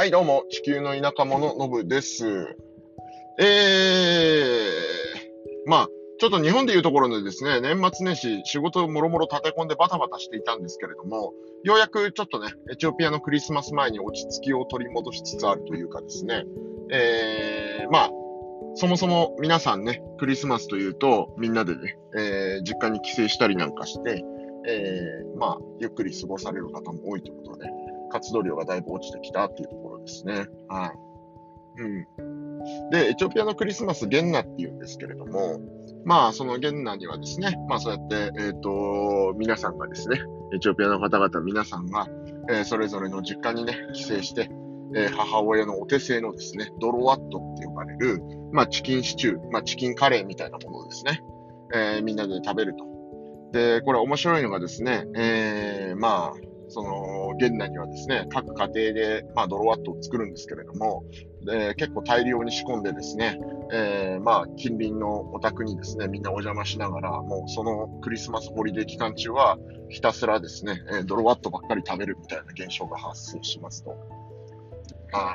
はい、どうも、地球の田舎者、のぶです。まあ、ちょっと日本でいうところでですね、年末年始、仕事をもろもろ立て込んでバタバタしていたんですけれども、ようやくちょっとね、エチオピアのクリスマス前に落ち着きを取り戻しつつあるというかですね、まあ、そもそも皆さんね、クリスマスというと、みんなでね、実家に帰省したりなんかして、ゆっくり過ごされる方も多いということで、活動量がだいぶ落ちてきたっていうところですね。はい。で、エチオピアのクリスマス、ゲンナっていうんですけれども、そのゲンナにはですね、そうやって、皆さんがですね、エチオピアの方々皆さんが、それぞれの実家にね、帰省して、母親のお手製のですね、ドロワットって呼ばれる、チキンシチュー、チキンカレーみたいなものですね、みんなで食べると。で、これ面白いのがですね、その、現代にはですね、各家庭で、ドロワットを作るんですけれども、結構大量に仕込んでですね、近隣のお宅にですね、みんなお邪魔しながら、もうそのクリスマスホリデー期間中は、ひたすらですね、ドロワットばっかり食べるみたいな現象が発生しますと。はい。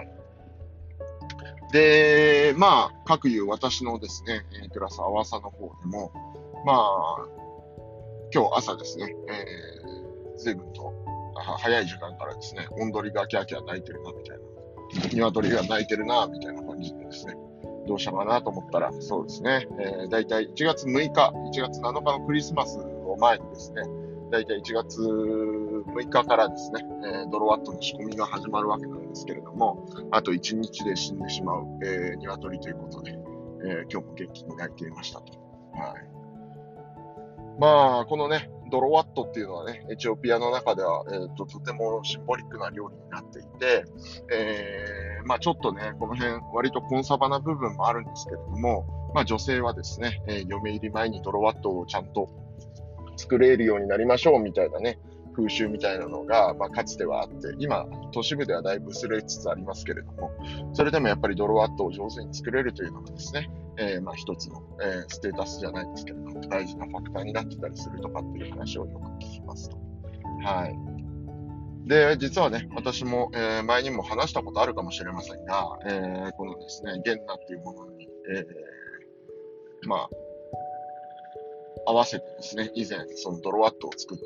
で、各いう私のですね、クラス、阿波佐の方でも、まあ、今日朝ですね、随分と早い時間からですね、オンドリがキャーキャー鳴いてるなみたいな、鶏が鳴いてるなみたいな感じでですね、どうしたかなと思ったら、そうですね、だいたい1月6日、1月7日のクリスマスを前にですね、だいたい1月6日からですね、ドロワットの仕込みが始まるわけなんですけれども、あと1日で死んでしまう、鶏ということで、今日も元気に鳴いていましたと。はい。このね、ドロワットっていうのはね、エチオピアの中では、とてもシンボリックな料理になっていて、ちょっとね、この辺、割とコンサバな部分もあるんですけれども、女性はですね、嫁入り前にドロワットをちゃんと作れるようになりましょうみたいなね、風習みたいなのが、かつてはあって、今、都市部ではだいぶ薄れつつありますけれども、それでもやっぱりドロワットを上手に作れるというのがですね、一つの、ステータスじゃないですけれども、大事なファクターになってたりするとかっていう話をよく聞きますと。はい。で、実はね、私も、前にも話したことあるかもしれませんが、このですね、ゲンナっていうものに、まあ、合わせてですね、以前、そのドロワットを作って、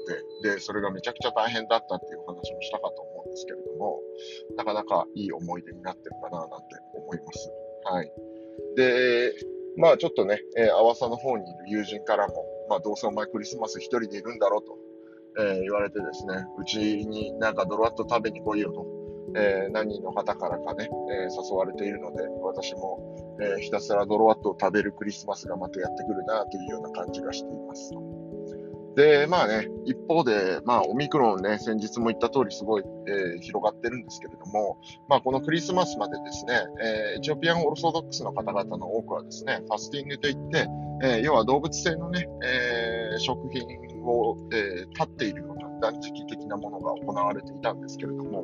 で、それがめちゃくちゃ大変だったっていう話もしたかと思うんですけれども、なかなかいい思い出になってるかな、なんて思います。はい。で、ちょっとね、阿波佐の方にいる友人からも、どうせお前クリスマス一人でいるんだろうと、言われてですね、うちになんかドロワット食べに来いよと、何人の方からかね、誘われているので、私も、ひたすらドロワットを食べるクリスマスがまたやってくるなというような感じがしています。で、一方で、オミクロンね、先日も言った通りすごい、広がってるんですけれども、このクリスマスまでですね、エチオピアンオルソドックスの方々の多くはですね、ファスティングといって、要は動物性のね、食品を、断っているような断食的なものが行われていたんですけれども、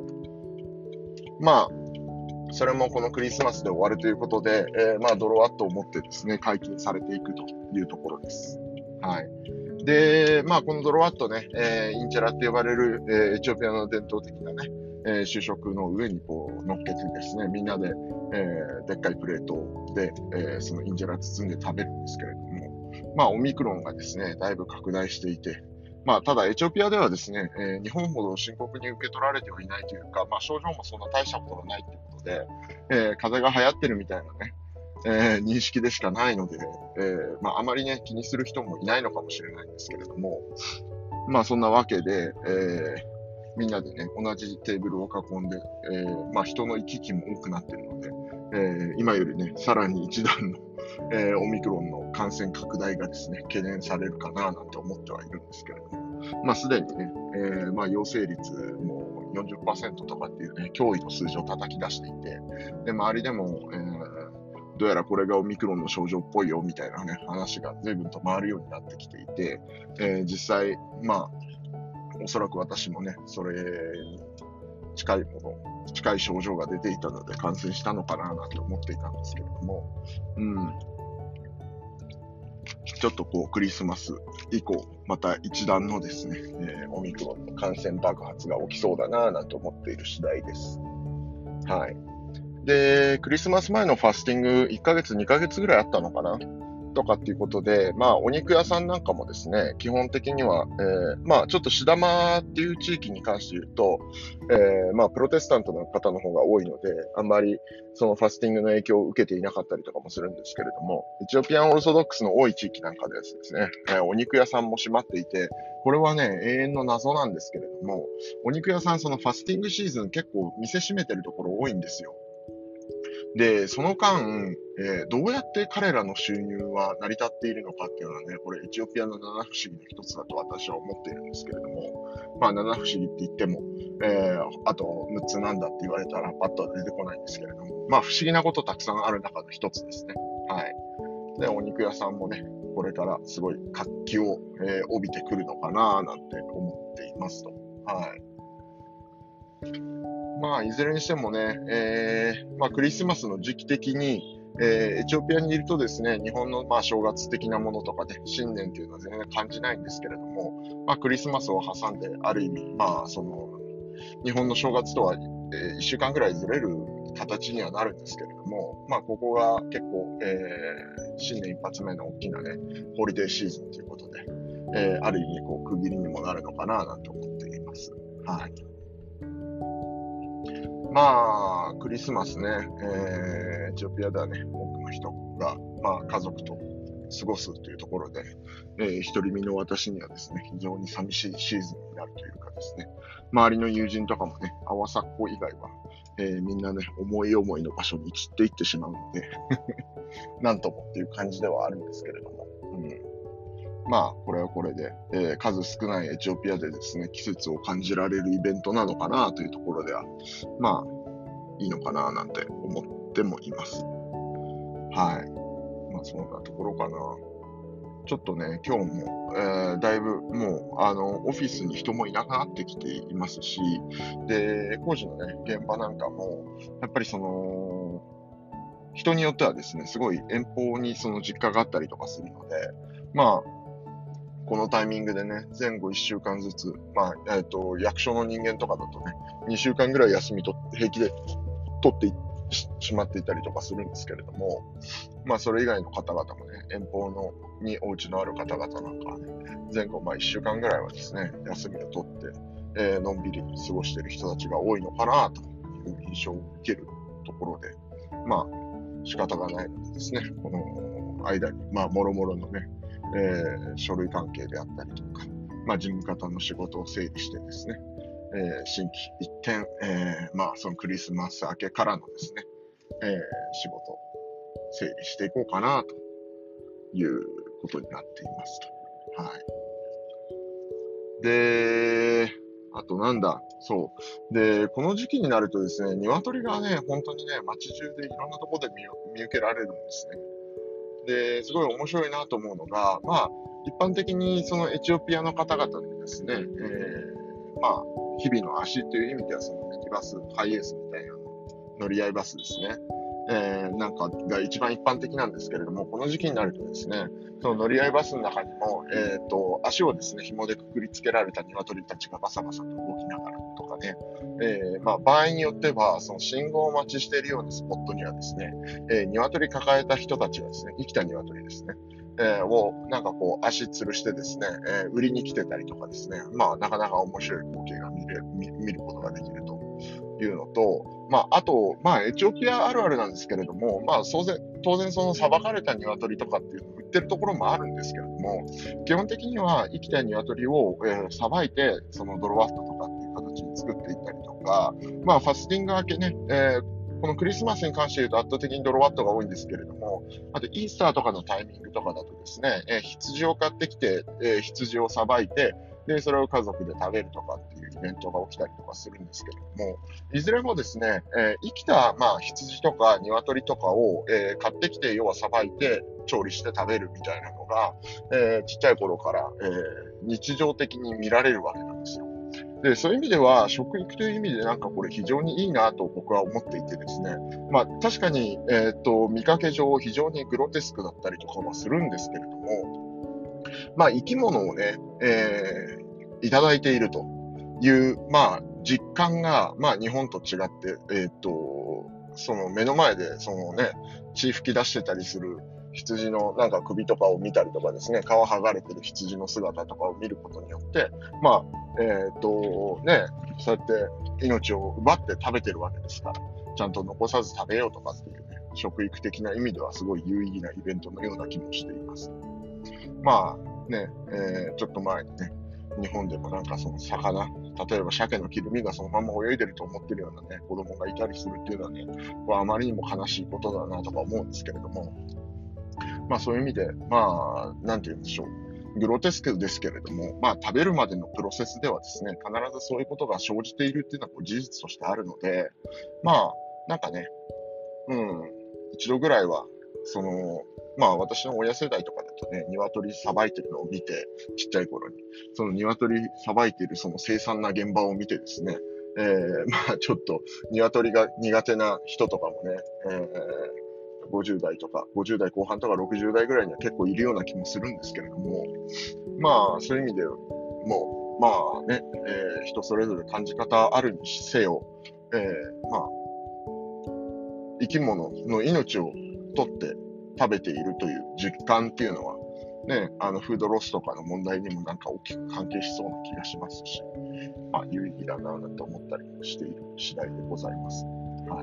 それもこのクリスマスで終わるということで、ドロワットを持ってですね、解禁されていくというところです。はい。で、このドロワットね、インチェラって呼ばれる、エチオピアの伝統的なね、主食の上にこう乗っけてですね、みんなで、でっかいプレートで、そのインジェラ包んで食べるんですけれども、オミクロンがですね、だいぶ拡大していて、ただエチオピアではですね、日本ほど深刻に受け取られてはいないというか、症状もそんな大したことがないということで、風邪が流行ってるみたいなね、認識でしかないので、あまりね、気にする人もいないのかもしれないんですけれども、そんなわけで、みんなでね、同じテーブルを囲んで、人の行き来も多くなっているので、今よりね、さらに一段の、オミクロンの感染拡大がですね、懸念されるかななんて思ってはいるんですけれども、すでにね、陽性率も40%とかっていうね、驚異の数字を叩き出していて、で、周りでも、どうやらこれがオミクロンの症状っぽいよみたいなね、話が随分と回るようになってきていて、実際、おそらく私もね、それに近い症状が出ていたので感染したのかななんて思っていたんですけれども、ちょっとこうクリスマス以降、また一段のですね、オミクロンの感染爆発が起きそうだななんて思っている次第です。 はい。で、クリスマス前のファスティング1ヶ月、2ヶ月ぐらいあったのかなとかっていうことで、まあ、お肉屋さんなんかもですね、基本的には、まあ、ちょっとシダマっていう地域に関して言うと、まあ、プロテスタントの方の方が多いので、あんまりそのファスティングの影響を受けていなかったりとかもするんですけれども、エチオピアンオーソドックスの多い地域なんかでですね、お肉屋さんも閉まっていて、これはね、永遠の謎なんですけれども、お肉屋さん、そのファスティングシーズン結構店閉めてるところ多いんですよ。で、その間、どうやって彼らの収入は成り立っているのかっていうのはね、これエチオピアの七不思議の一つだと私は思っているんですけれども、まあ七不思議って言っても、あと6つなんだって言われたらパッとは出てこないんですけれども、まあ不思議なことたくさんある中の一つですね。はい。で、お肉屋さんもね、これからすごい活気を、帯びてくるのかななんて思っていますと。はい。まあ、いずれにしてもね、まあ、クリスマスの時期的に、エチオピアにいるとですね、日本のまあ正月的なものとかね、新年というのは全然感じないんですけれども、まあ、クリスマスを挟んで、ある意味、まあ、その、日本の正月とは、1週間ぐらいずれる形にはなるんですけれども、まあ、ここが結構、新年一発目の大きなね、ホリデーシーズンということで、ある意味、こう、区切りにもなるのかな、なんて思っています。はい。まあ、クリスマスね、エチオピアではね、多くの人が、まあ、家族と過ごすというところで、独り身の私にはですね、非常に寂しいシーズンになるというかですね、周りの友人とかもね、あわさっ子以外は、みんなね、思い思いの場所に散っていってしまうので、なんともっていう感じではあるんですけれども、まあ、これはこれで、数少ないエチオピアでですね、季節を感じられるイベントなのかなというところでは、まあ、いいのかななんて思ってもいます。はい。まあ、そんなところかな。ちょっとね、今日も、だいぶもう、オフィスに人もいなくなってきていますし、で、工事のね、現場なんかも、やっぱりその、人によってはですね、すごい遠方にその実家があったりとかするので、まあ、このタイミングでね、前後1週間ずつ、まあ、役所の人間とかだとね、2週間ぐらい休みと平気で取ってしまっていたりとかするんですけれども、まあ、それ以外の方々もね、遠方のにお家のある方々なんかはね、前後まあ1週間ぐらいはですね、休みを取って、のんびり過ごしている人たちが多いのかなという印象を受けるところで、まあ、仕方がないのでですね、この間に、まあ、もろもろのね、書類関係であったりとか、まあ、事務方の仕事を整理してですね、新規一転、まあ、そのクリスマス明けからのですね、仕事、整理していこうかなということになっていますと。はい。で、あとなんだ、そう。で、この時期になるとですね、鶏がね、本当にね、街中でいろんなところで見受けられるんですね。で、すごい面白いなと思うのが、まあ、一般的にそのエチオピアの方々でですね、まあ、日々の足という意味では、そのミニバス、ハイエースみたいな乗り合いバスですね。なんかが一番一般的なんですけれども、この時期になるとですね、その乗り合いバスの中にも、足をですね、紐でくくりつけられた鶏たちがバサバサと動きながらとかね、まあ、場合によっては、その信号待ちしているようなスポットにはですね、鶏抱えた人たちがですね、生きた鶏ですね、をなんかこう足吊るしてですね、売りに来てたりとかですね、まあなかなか面白い光景が見ることができるというのと、まああと、まあエチオピアあるあるなんですけれども、まあ当然その裁かれた鶏とかっていうのを売ってるところもあるんですけれども、基本的には生きた鶏を、さばいて、そのドロワットとかっていう形に作っていったりとか、まあファスティング明けね、このクリスマスに関して言うと圧倒的にドロワットが多いんですけれども、あとイースターとかのタイミングとかだとですね、羊を買ってきて、羊をさばいて、で、それを家族で食べるとかっていうイベントが起きたりとかするんですけれども、いずれもですね、生きた、まあ、羊とか鶏とかを、買ってきて、要はさばいて、調理して食べるみたいなのが、ちっちゃい頃から、日常的に見られるわけなんですよ。で、そういう意味では、食育という意味でなんかこれ非常にいいなと僕は思っていてですね。まあ確かに、見かけ上非常にグロテスクだったりとかはするんですけれども、まあ生き物をね、いただいているという、まあ実感が、まあ日本と違って、その目の前で、そのね、血吹き出してたりする羊のなんか首とかを見たりとかですね、皮剥がれてる羊の姿とかを見ることによって、まあ、ね、そうやって命を奪って食べてるわけですから、ちゃんと残さず食べようとかっていうね、食育的な意味ではすごい有意義なイベントのような気もしています。まあね、ちょっと前にね、日本でもなんかその魚、例えば鮭の切る身がそのまま泳いでると思ってるようなね、子供がいたりするっていうのはね、これあまりにも悲しいことだなとか思うんですけれども、まあそういう意味で、まあ、なんて言うんでしょう。グロテスクですけれども、まあ食べるまでのプロセスではですね、必ずそういうことが生じているっていうのはこう事実としてあるので、まあ、なんかね、うん、一度ぐらいは、その、まあ私の親世代とかだとね、鶏さばいてるのを見て、ちっちゃい頃に、その鶏さばいてるその凄惨な現場を見てですね、まあちょっと鶏が苦手な人とかもね、50代とか、50代後半とか60代ぐらいには結構いるような気もするんですけれども、まあそういう意味でもう、まあね、人それぞれ感じ方あるにせよ、まあ生き物の命を取って食べているという実感っていうのは、ね、フードロスとかの問題にもなんか大きく関係しそうな気がしますし、まあ、有意義だなぁと思ったりしている次第でございます。はい。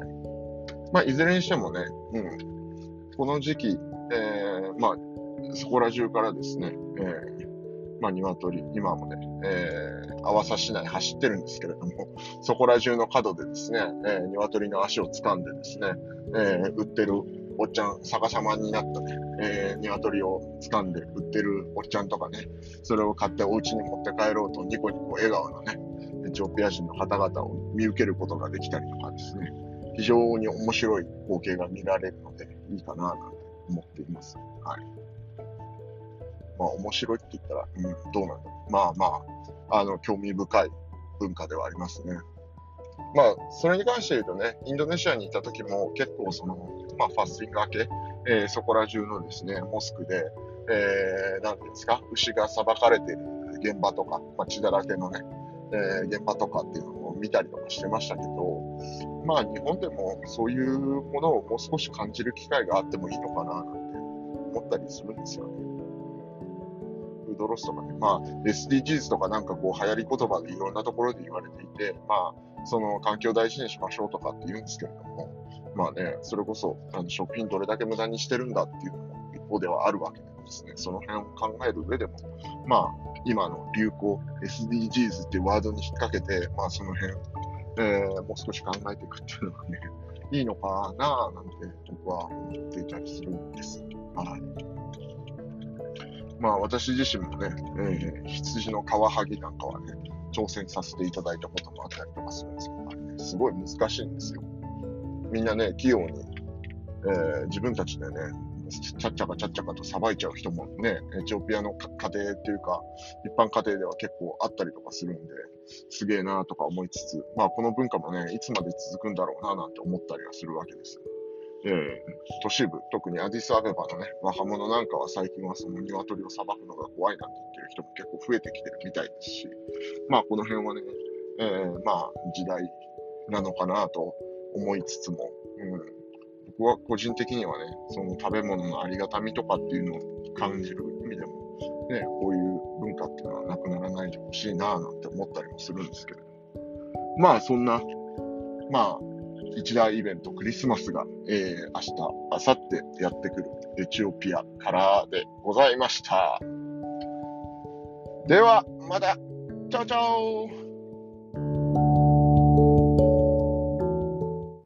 まあ、いずれにしてもね、この時期、まあ、そこら中からですね、まあ、鶏、今もね、阿波佐市内走ってるんですけれども、そこら中の角でですね、鶏の足を掴んでですね、売ってるおっちゃん、逆さまになったね、鶏を掴んで売ってるおっちゃんとかね、それを買ってお家に持って帰ろうとニコニコ笑顔のね、エチオピア人の方々を見受けることができたりとかですね、非常に面白い光景が見られるのでいいかなと思っています。はい。まあ面白いって言ったら、どうなんだろう。まあまあ、興味深い文化ではありますね。まあ、それに関して言うとね、インドネシアにいた時も結構その、まあ、ファスティング明け、そこら中のですね、モスクで、なんていうんですか、牛が裁かれている現場とか、まあ、血だらけのね、現場とかっていうのを見たりとかしてましたけど、まあ日本でもそういうものをもう少し感じる機会があってもいいのかななんて思ったりするんですよね。フードロスとかね、まあ SDGs とかなんかこう流行り言葉でいろんなところで言われていて、まあその環境を大事にしましょうとかって言うんですけれども、まあね、それこそ食品どれだけ無駄にしてるんだっていうのも一方ではあるわけでですね、その辺を考える上でも、まあ今の流行、SDGs っていうワードに引っ掛けて、まあその辺、もう少し考えていくっていうのがね、いいのかなぁなんて僕は思っていたりするんです。はい。まあ私自身もね、羊のカワハギなんかはね、挑戦させていただいたこともあったりとかするんですけど、ね、すごい難しいんですよ。みんなね、器用に、自分たちでね、ちゃっちゃかちゃっちゃかとさばいちゃう人もね、エチオピアの家庭っていうか、一般家庭では結構あったりとかするんで、すげえなとか思いつつ、まあこの文化もね、いつまで続くんだろうななんて思ったりはするわけです。都市部、特にアディスアベバのね、若者なんかは最近はその鶏をさばくのが怖いなんて言ってる人も結構増えてきてるみたいですし、まあこの辺はね、まあ時代なのかなと思いつつも、僕は個人的にはね、その食べ物のありがたみとかっていうのを感じる意味でも、ね、こういう文化っていうのはなくならないでほしいなぁなんて思ったりもするんですけれど。まあそんな、まあ一大イベント、クリスマスが、明日、明後日やってくるエチオピアからでございました。では、また、チャオチャオ